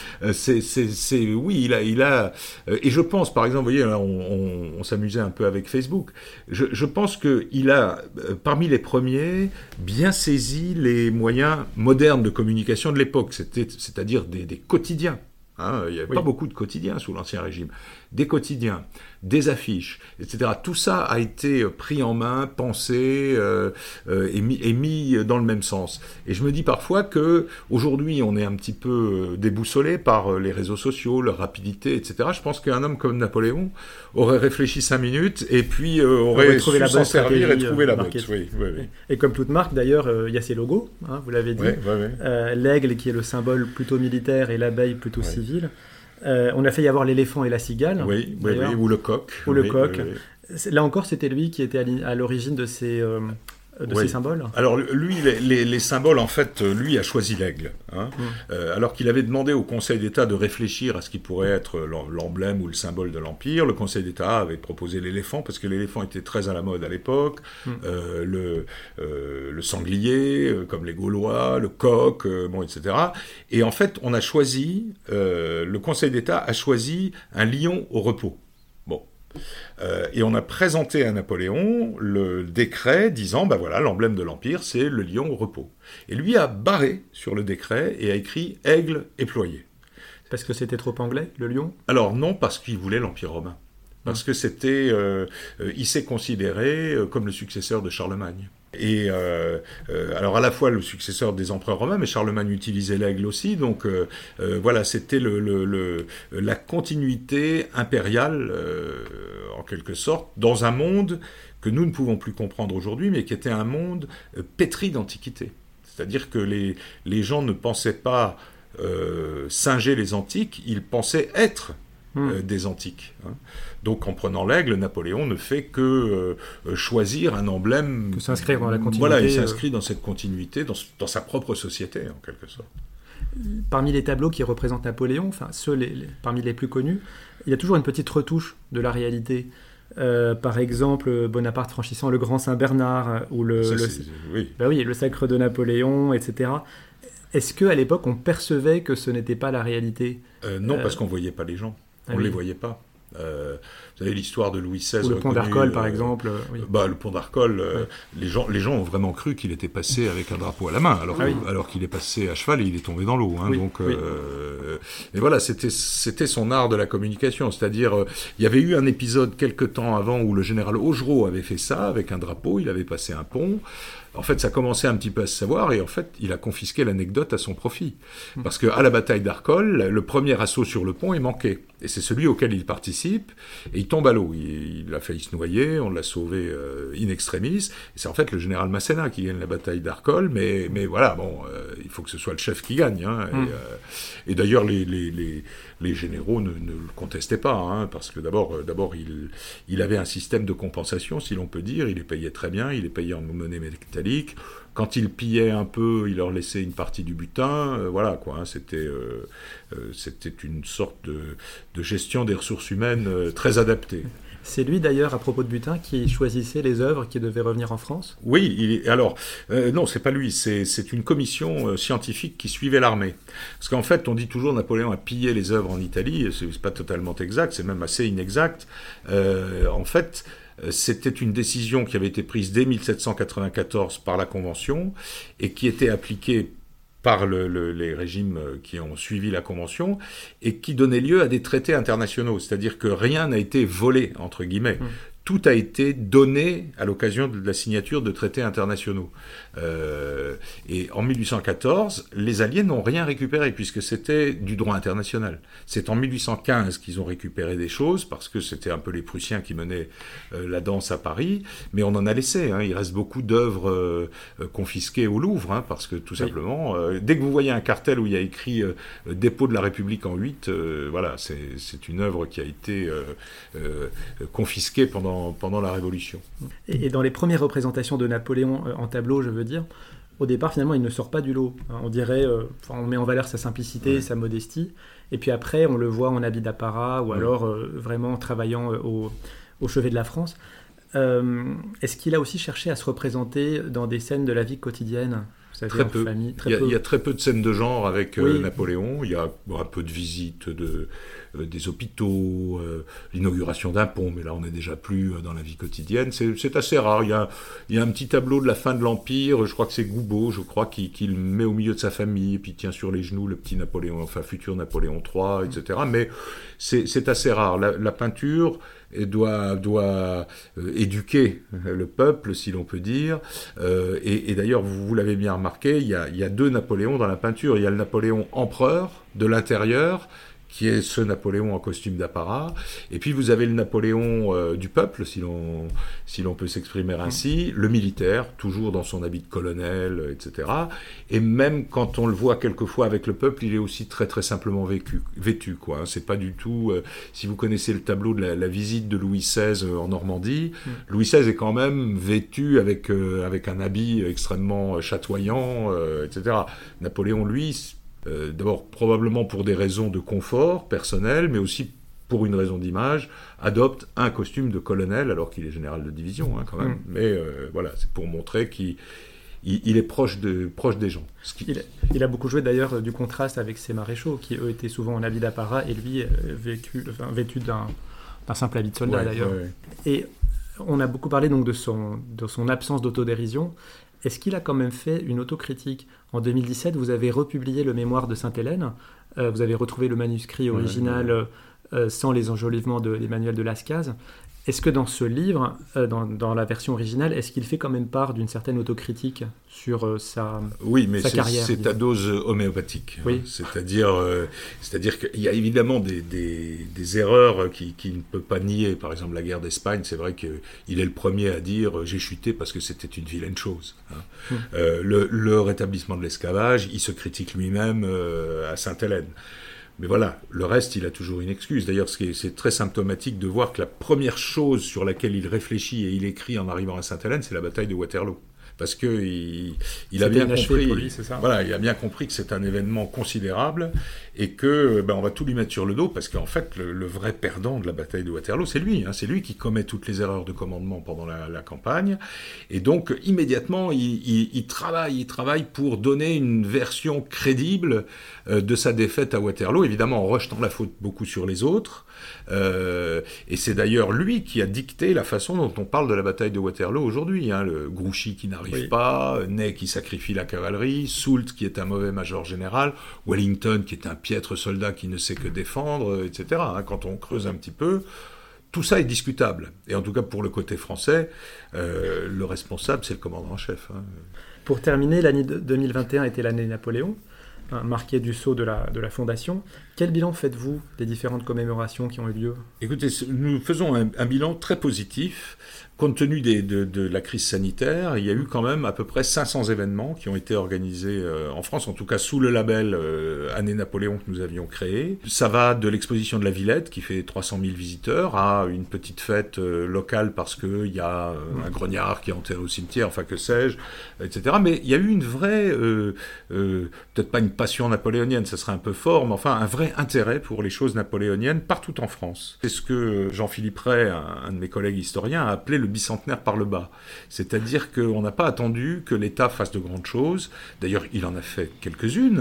oui, il a et je pense, par exemple, vous voyez, là, on s'amusait un peu avec Facebook, je pense qu'il a, parmi les premiers, bien saisi les moyens modernes de communication de l'époque, c'est-à-dire des quotidiens. Hein, il n'y avait pas beaucoup de quotidiens sous l'Ancien Régime. Des quotidiens, des affiches, etc. Tout ça a été pris en main, pensé et mis dans le même sens. Et je me dis parfois que aujourd'hui on est un petit peu déboussolé par les réseaux sociaux, leur rapidité, etc. Je pense qu'un homme comme Napoléon aurait réfléchi 5 minutes et puis aurait su s'en servir et trouver la botte. Oui. Et comme toute marque, d'ailleurs, il y a ses logos, hein, vous l'avez dit. L'aigle qui est le symbole plutôt militaire et l'abeille plutôt civile. On a fait y avoir l'éléphant et la cigale. Oui, ou le coq. Là encore, c'était lui qui était à l'origine de ces symboles. Alors lui, les symboles, en fait, lui a choisi l'aigle. Hein, alors qu'il avait demandé au Conseil d'État de réfléchir à ce qui pourrait être l'emblème ou le symbole de l'Empire. Le Conseil d'État avait proposé l'éléphant, parce que l'éléphant était très à la mode à l'époque. Le sanglier, comme les Gaulois, le coq, etc. Et en fait, on a choisi, le Conseil d'État a choisi un lion au repos. Et on a présenté à Napoléon le décret disant, l'emblème de l'Empire, c'est le lion au repos. Et lui a barré sur le décret et a écrit « aigle éployé ». Parce que c'était trop anglais, le lion ? Alors non, parce qu'il voulait l'Empire romain. Parce que c'était... il s'est considéré comme le successeur de Charlemagne. Et alors à la fois le successeur des empereurs romains, mais Charlemagne utilisait l'aigle aussi, donc c'était la continuité impériale, en quelque sorte, dans un monde que nous ne pouvons plus comprendre aujourd'hui, mais qui était un monde pétri d'antiquité. C'est-à-dire que les gens ne pensaient pas singer les antiques, ils pensaient être des antiques. Hein. Donc, en prenant l'aigle, Napoléon ne fait que choisir un emblème... Que s'inscrire dans la continuité. Voilà, il s'inscrit dans cette continuité, dans sa propre société, en quelque sorte. Parmi les tableaux qui représentent Napoléon, parmi les plus connus, il y a toujours une petite retouche de la réalité. Par exemple, Bonaparte franchissant le Grand Saint-Bernard, ou le sacre de Napoléon, etc. Est-ce qu'à l'époque, on percevait que ce n'était pas la réalité ? Non, parce qu'on ne voyait pas les gens. On ne les voyait pas. Vous savez l'histoire de Louis XVI. Ou le pont d'Arcole, par exemple. Le pont d'Arcole, les gens ont vraiment cru qu'il était passé avec un drapeau à la main, alors qu'il est passé à cheval et il est tombé dans l'eau. Hein, mais voilà, c'était son art de la communication. C'est-à-dire, il y avait eu un épisode quelque temps avant où le général Augereau avait fait ça avec un drapeau, il avait passé un pont. En fait, ça commençait un petit peu à se savoir et en fait, il a confisqué l'anecdote à son profit. Parce qu'à la bataille d'Arcole, le premier assaut sur le pont est manqué. Et c'est celui auquel il participe et il tombe à l'eau. Il a failli se noyer, on l'a sauvé in extremis. Et c'est en fait le général Masséna qui gagne la bataille d'Arcole. Mais voilà, il faut que ce soit le chef qui gagne. Hein, et d'ailleurs, les généraux ne le contestaient pas. Hein, parce que d'abord il avait un système de compensation, si l'on peut dire. Il les payait très bien, il les payait en monnaie métallique. Quand ils pillaient un peu, il leur laissait une partie du butin. C'était une sorte de gestion des ressources humaines très adaptée. C'est lui d'ailleurs, à propos de butin, qui choisissait les œuvres qui devaient revenir en France ? Oui, non, c'est pas lui, c'est une commission scientifique qui suivait l'armée. Parce qu'en fait, on dit toujours Napoléon a pillé les œuvres en Italie, c'est pas totalement exact, c'est même assez inexact. En fait, c'était une décision qui avait été prise dès 1794 par la Convention et qui était appliquée par les régimes qui ont suivi la Convention et qui donnait lieu à des traités internationaux. C'est-à-dire que rien n'a été volé, entre guillemets. Tout a été donné à l'occasion de la signature de traités internationaux. Et en 1814, les Alliés n'ont rien récupéré, puisque c'était du droit international. C'est en 1815 qu'ils ont récupéré des choses, parce que c'était un peu les Prussiens qui menaient la danse à Paris, mais on en a laissé. Hein. Il reste beaucoup d'œuvres confisquées au Louvre, hein, parce que tout simplement, dès que vous voyez un cartel où il y a écrit « Dépôt de la République en 8 », c'est une œuvre qui a été confisquée pendant la Révolution. Et dans les premières représentations de Napoléon en tableau, je veux dire, au départ, finalement, il ne sort pas du lot. On dirait, on met en valeur sa simplicité, sa modestie, et puis après, on le voit en habit d'apparat, ou alors vraiment travaillant au chevet de la France. Est-ce qu'il a aussi cherché à se représenter dans des scènes de la vie quotidienne ? Très peu. Il y a très peu de scènes de genre avec Napoléon. Il y a un peu de visites des hôpitaux, l'inauguration d'un pont, mais là on n'est déjà plus dans la vie quotidienne. C'est assez rare. Il y a un petit tableau de la fin de l'Empire, je crois que c'est Goubot, qui le met au milieu de sa famille, et puis tient sur les genoux le petit Napoléon, enfin futur Napoléon III, etc. Mais c'est assez rare. La peinture doit éduquer le peuple, si l'on peut dire. Et d'ailleurs, vous l'avez bien remarqué, il y a deux Napoléons dans la peinture. Il y a le Napoléon empereur de l'intérieur, qui est ce Napoléon en costume d'apparat. Et puis vous avez le Napoléon du peuple, si l'on peut s'exprimer ainsi, le militaire, toujours dans son habit de colonel, etc. Et même quand on le voit quelquefois avec le peuple, il est aussi très très simplement vêtu, quoi. C'est pas du tout... si vous connaissez le tableau de la visite de Louis XVI en Normandie, Louis XVI est quand même vêtu avec un habit extrêmement chatoyant, etc. Napoléon, lui... d'abord probablement pour des raisons de confort personnel, mais aussi pour une raison d'image, adopte un costume de colonel, alors qu'il est général de division, quand même. Mais voilà, c'est pour montrer qu'il est proche des gens. Il a beaucoup joué d'ailleurs du contraste avec ses maréchaux, qui eux étaient souvent en habit d'apparat, et lui vêtu d'un simple habit de soldat d'ailleurs. Ouais. Et on a beaucoup parlé donc de son absence d'autodérision. Est-ce qu'il a quand même fait une autocritique ? En 2017, vous avez republié le mémoire de Sainte-Hélène. Vous avez retrouvé le manuscrit original sans les enjolivements d'Emmanuel de Lascaz. Est-ce que dans ce livre, dans la version originale, est-ce qu'il fait quand même part d'une certaine autocritique sur sa carrière ? Oui, mais c'est à dose homéopathique. Oui. C'est-à-dire qu'il y a évidemment des erreurs qu'il ne peut pas nier. Par exemple, la guerre d'Espagne, c'est vrai qu'il est le premier à dire « j'ai chuté parce que c'était une vilaine chose ». Le rétablissement de l'esclavage, il se critique lui-même à Sainte-Hélène. Mais voilà, le reste, il a toujours une excuse. D'ailleurs, c'est très symptomatique de voir que la première chose sur laquelle il réfléchit et il écrit en arrivant à Sainte-Hélène, c'est la bataille de Waterloo. Parce que il a bien compris, pour lui, c'est ça. Voilà, il a bien compris que c'est un événement considérable et que on va tout lui mettre sur le dos parce qu'en fait le vrai perdant de la bataille de Waterloo, c'est lui. C'est lui qui commet toutes les erreurs de commandement pendant la campagne. Et donc immédiatement il travaille pour donner une version crédible de sa défaite à Waterloo. Évidemment en rejetant la faute beaucoup sur les autres. Et c'est d'ailleurs lui qui a dicté la façon dont on parle de la bataille de Waterloo aujourd'hui. Le Grouchy qui n'arrive pas, Ney qui sacrifie la cavalerie, Soult qui est un mauvais major général, Wellington qui est un piètre soldat qui ne sait que défendre, etc. Quand on creuse un petit peu, tout ça est discutable. Et en tout cas pour le côté français, le responsable c'est le commandant en chef. Pour terminer, l'année 2021 était l'année Napoléon, marqué du sceau de la Fondation. Quel bilan faites-vous des différentes commémorations qui ont eu lieu ? Écoutez, nous faisons un bilan très positif. Compte tenu de la crise sanitaire, il y a eu quand même à peu près 500 événements qui ont été organisés en France, en tout cas sous le label Année Napoléon que nous avions créé. Ça va de l'exposition de la Villette qui fait 300 000 visiteurs à une petite fête locale parce qu'il y a un grognard qui est enterré au cimetière, enfin que sais-je, etc. Mais il y a eu une vraie, peut-être pas une passion napoléonienne, ça serait un peu fort, mais enfin un vrai intérêt pour les choses napoléoniennes partout en France. C'est ce que Jean-Philippe Ray, un de mes collègues historiens, a appelé le bicentenaire par le bas. C'est-à-dire qu'on n'a pas attendu que l'État fasse de grandes choses. D'ailleurs, il en a fait quelques-unes.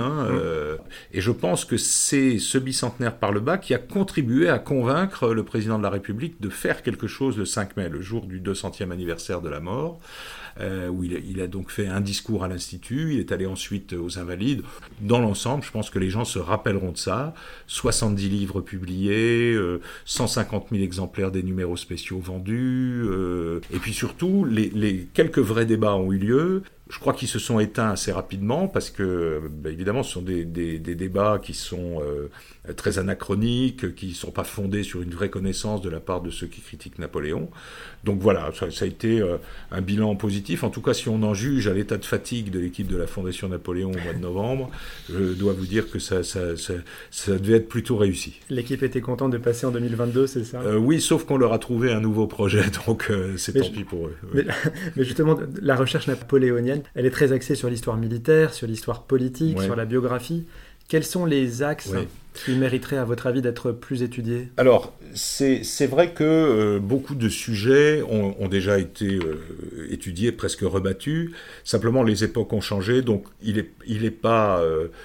Et je pense que c'est ce bicentenaire par le bas qui a contribué à convaincre le président de la République de faire quelque chose le 5 mai, le jour du 200e anniversaire de la mort. Où il a donc fait un discours à l'Institut, il est allé ensuite aux Invalides. Dans l'ensemble, je pense que les gens se rappelleront de ça. 70 livres publiés, 150 000 exemplaires des numéros spéciaux vendus, et puis surtout, les quelques vrais débats ont eu lieu. Je crois qu'ils se sont éteints assez rapidement parce que, évidemment, ce sont des débats qui sont très anachroniques, qui ne sont pas fondés sur une vraie connaissance de la part de ceux qui critiquent Napoléon. Donc voilà, ça a été un bilan positif. En tout cas, si on en juge à l'état de fatigue de l'équipe de la Fondation Napoléon au mois de novembre, je dois vous dire que ça devait être plutôt réussi. L'équipe était contente de passer en 2022, c'est ça ? Oui, sauf qu'on leur a trouvé un nouveau projet, donc c'est tant pis pour eux. Oui. Mais justement, la recherche napoléonienne, elle est très axée sur l'histoire militaire, sur l'histoire politique, sur la biographie. Quels sont les axes qui mériterait, à votre avis, d'être plus étudié? Alors, c'est vrai que beaucoup de sujets ont déjà été étudiés, presque rebattus. Simplement, les époques ont changé, donc il est pas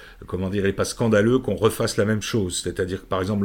scandaleux qu'on refasse la même chose. C'est-à-dire que, par exemple,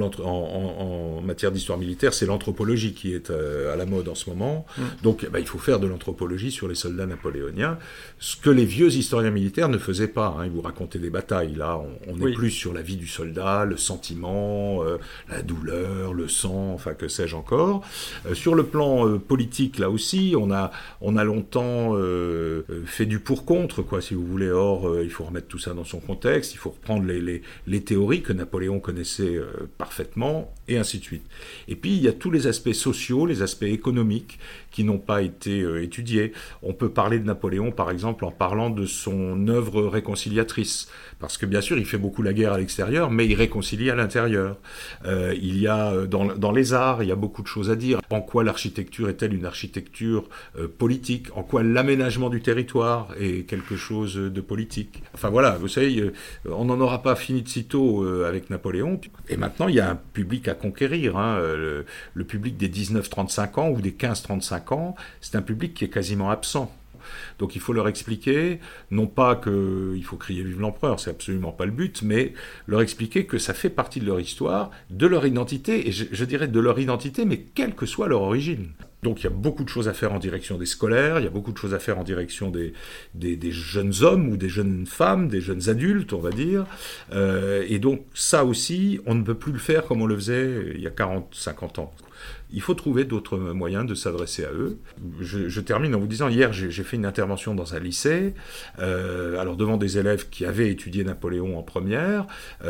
en matière d'histoire militaire, c'est l'anthropologie qui est à la mode en ce moment. Donc, il faut faire de l'anthropologie sur les soldats napoléoniens, ce que les vieux historiens militaires ne faisaient pas. Ils vous racontaient des batailles. Là, on est plus sur la vie du soldat, le sentiment, la douleur, le sang, enfin que sais-je encore. Sur le plan politique, là aussi, on a longtemps fait du pour-contre, quoi, si vous voulez. Or, il faut remettre tout ça dans son contexte, il faut reprendre les théories que Napoléon connaissait parfaitement, et ainsi de suite. Et puis, il y a tous les aspects sociaux, les aspects économiques, qui n'ont pas été étudiés. On peut parler de Napoléon, par exemple, en parlant de son œuvre réconciliatrice. Parce que, bien sûr, il fait beaucoup la guerre à l'extérieur, mais il réconcilie à l'intérieur. Il y a, dans les arts, il y a beaucoup de choses à dire. En quoi l'architecture est-elle une architecture politique? En quoi l'aménagement du territoire est quelque chose de politique? Enfin voilà, vous savez, on n'en aura pas fini de sitôt avec Napoléon. Et maintenant, il y a un public à conquérir. Le public des 19-35 ans ou des 15-35 ans, c'est un public qui est quasiment absent. Donc il faut leur expliquer, non pas qu'il faut crier vive l'empereur, c'est absolument pas le but, mais leur expliquer que ça fait partie de leur histoire, de leur identité, et je dirais de leur identité, mais quelle que soit leur origine. Donc il y a beaucoup de choses à faire en direction des scolaires, il y a beaucoup de choses à faire en direction des jeunes hommes ou des jeunes femmes, des jeunes adultes, on va dire. Et donc ça aussi, on ne peut plus le faire comme on le faisait il y a 40-50 ans. Il faut trouver d'autres moyens de s'adresser à eux. Je termine en vous disant, hier j'ai fait une intervention dans un lycée, alors devant des élèves qui avaient étudié Napoléon en première,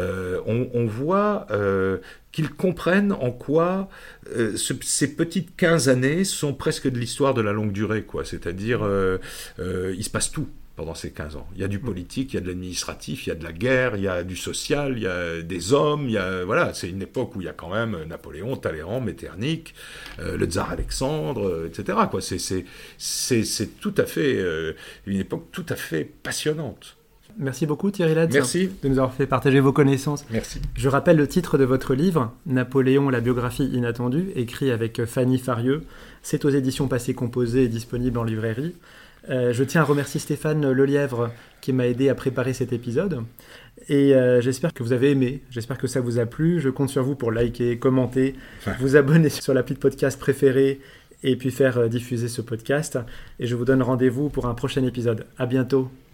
on voit qu'ils comprennent en quoi ces petites 15 années sont presque de l'histoire de la longue durée, quoi. C'est-à-dire, il se passe tout pendant ces 15 ans. Il y a du politique, il y a de l'administratif, il y a de la guerre, il y a du social, il y a des hommes, voilà, c'est une époque où il y a quand même Napoléon, Talleyrand, Metternich, le tsar Alexandre, etc., quoi. C'est tout à fait une époque tout à fait passionnante. Merci beaucoup Thierry Ladz de nous avoir fait partager vos connaissances. Merci. Je rappelle le titre de votre livre, Napoléon, la biographie inattendue, écrit avec Fanny Farieux. C'est aux éditions Passé Composé et disponible en librairie. Je tiens à remercier Stéphane Lelièvre qui m'a aidé à préparer cet épisode. Et j'espère que vous avez aimé, j'espère que ça vous a plu. Je compte sur vous pour liker, commenter, vous abonner sur l'appli de podcast préférée et puis faire diffuser ce podcast. Et je vous donne rendez-vous pour un prochain épisode. À bientôt.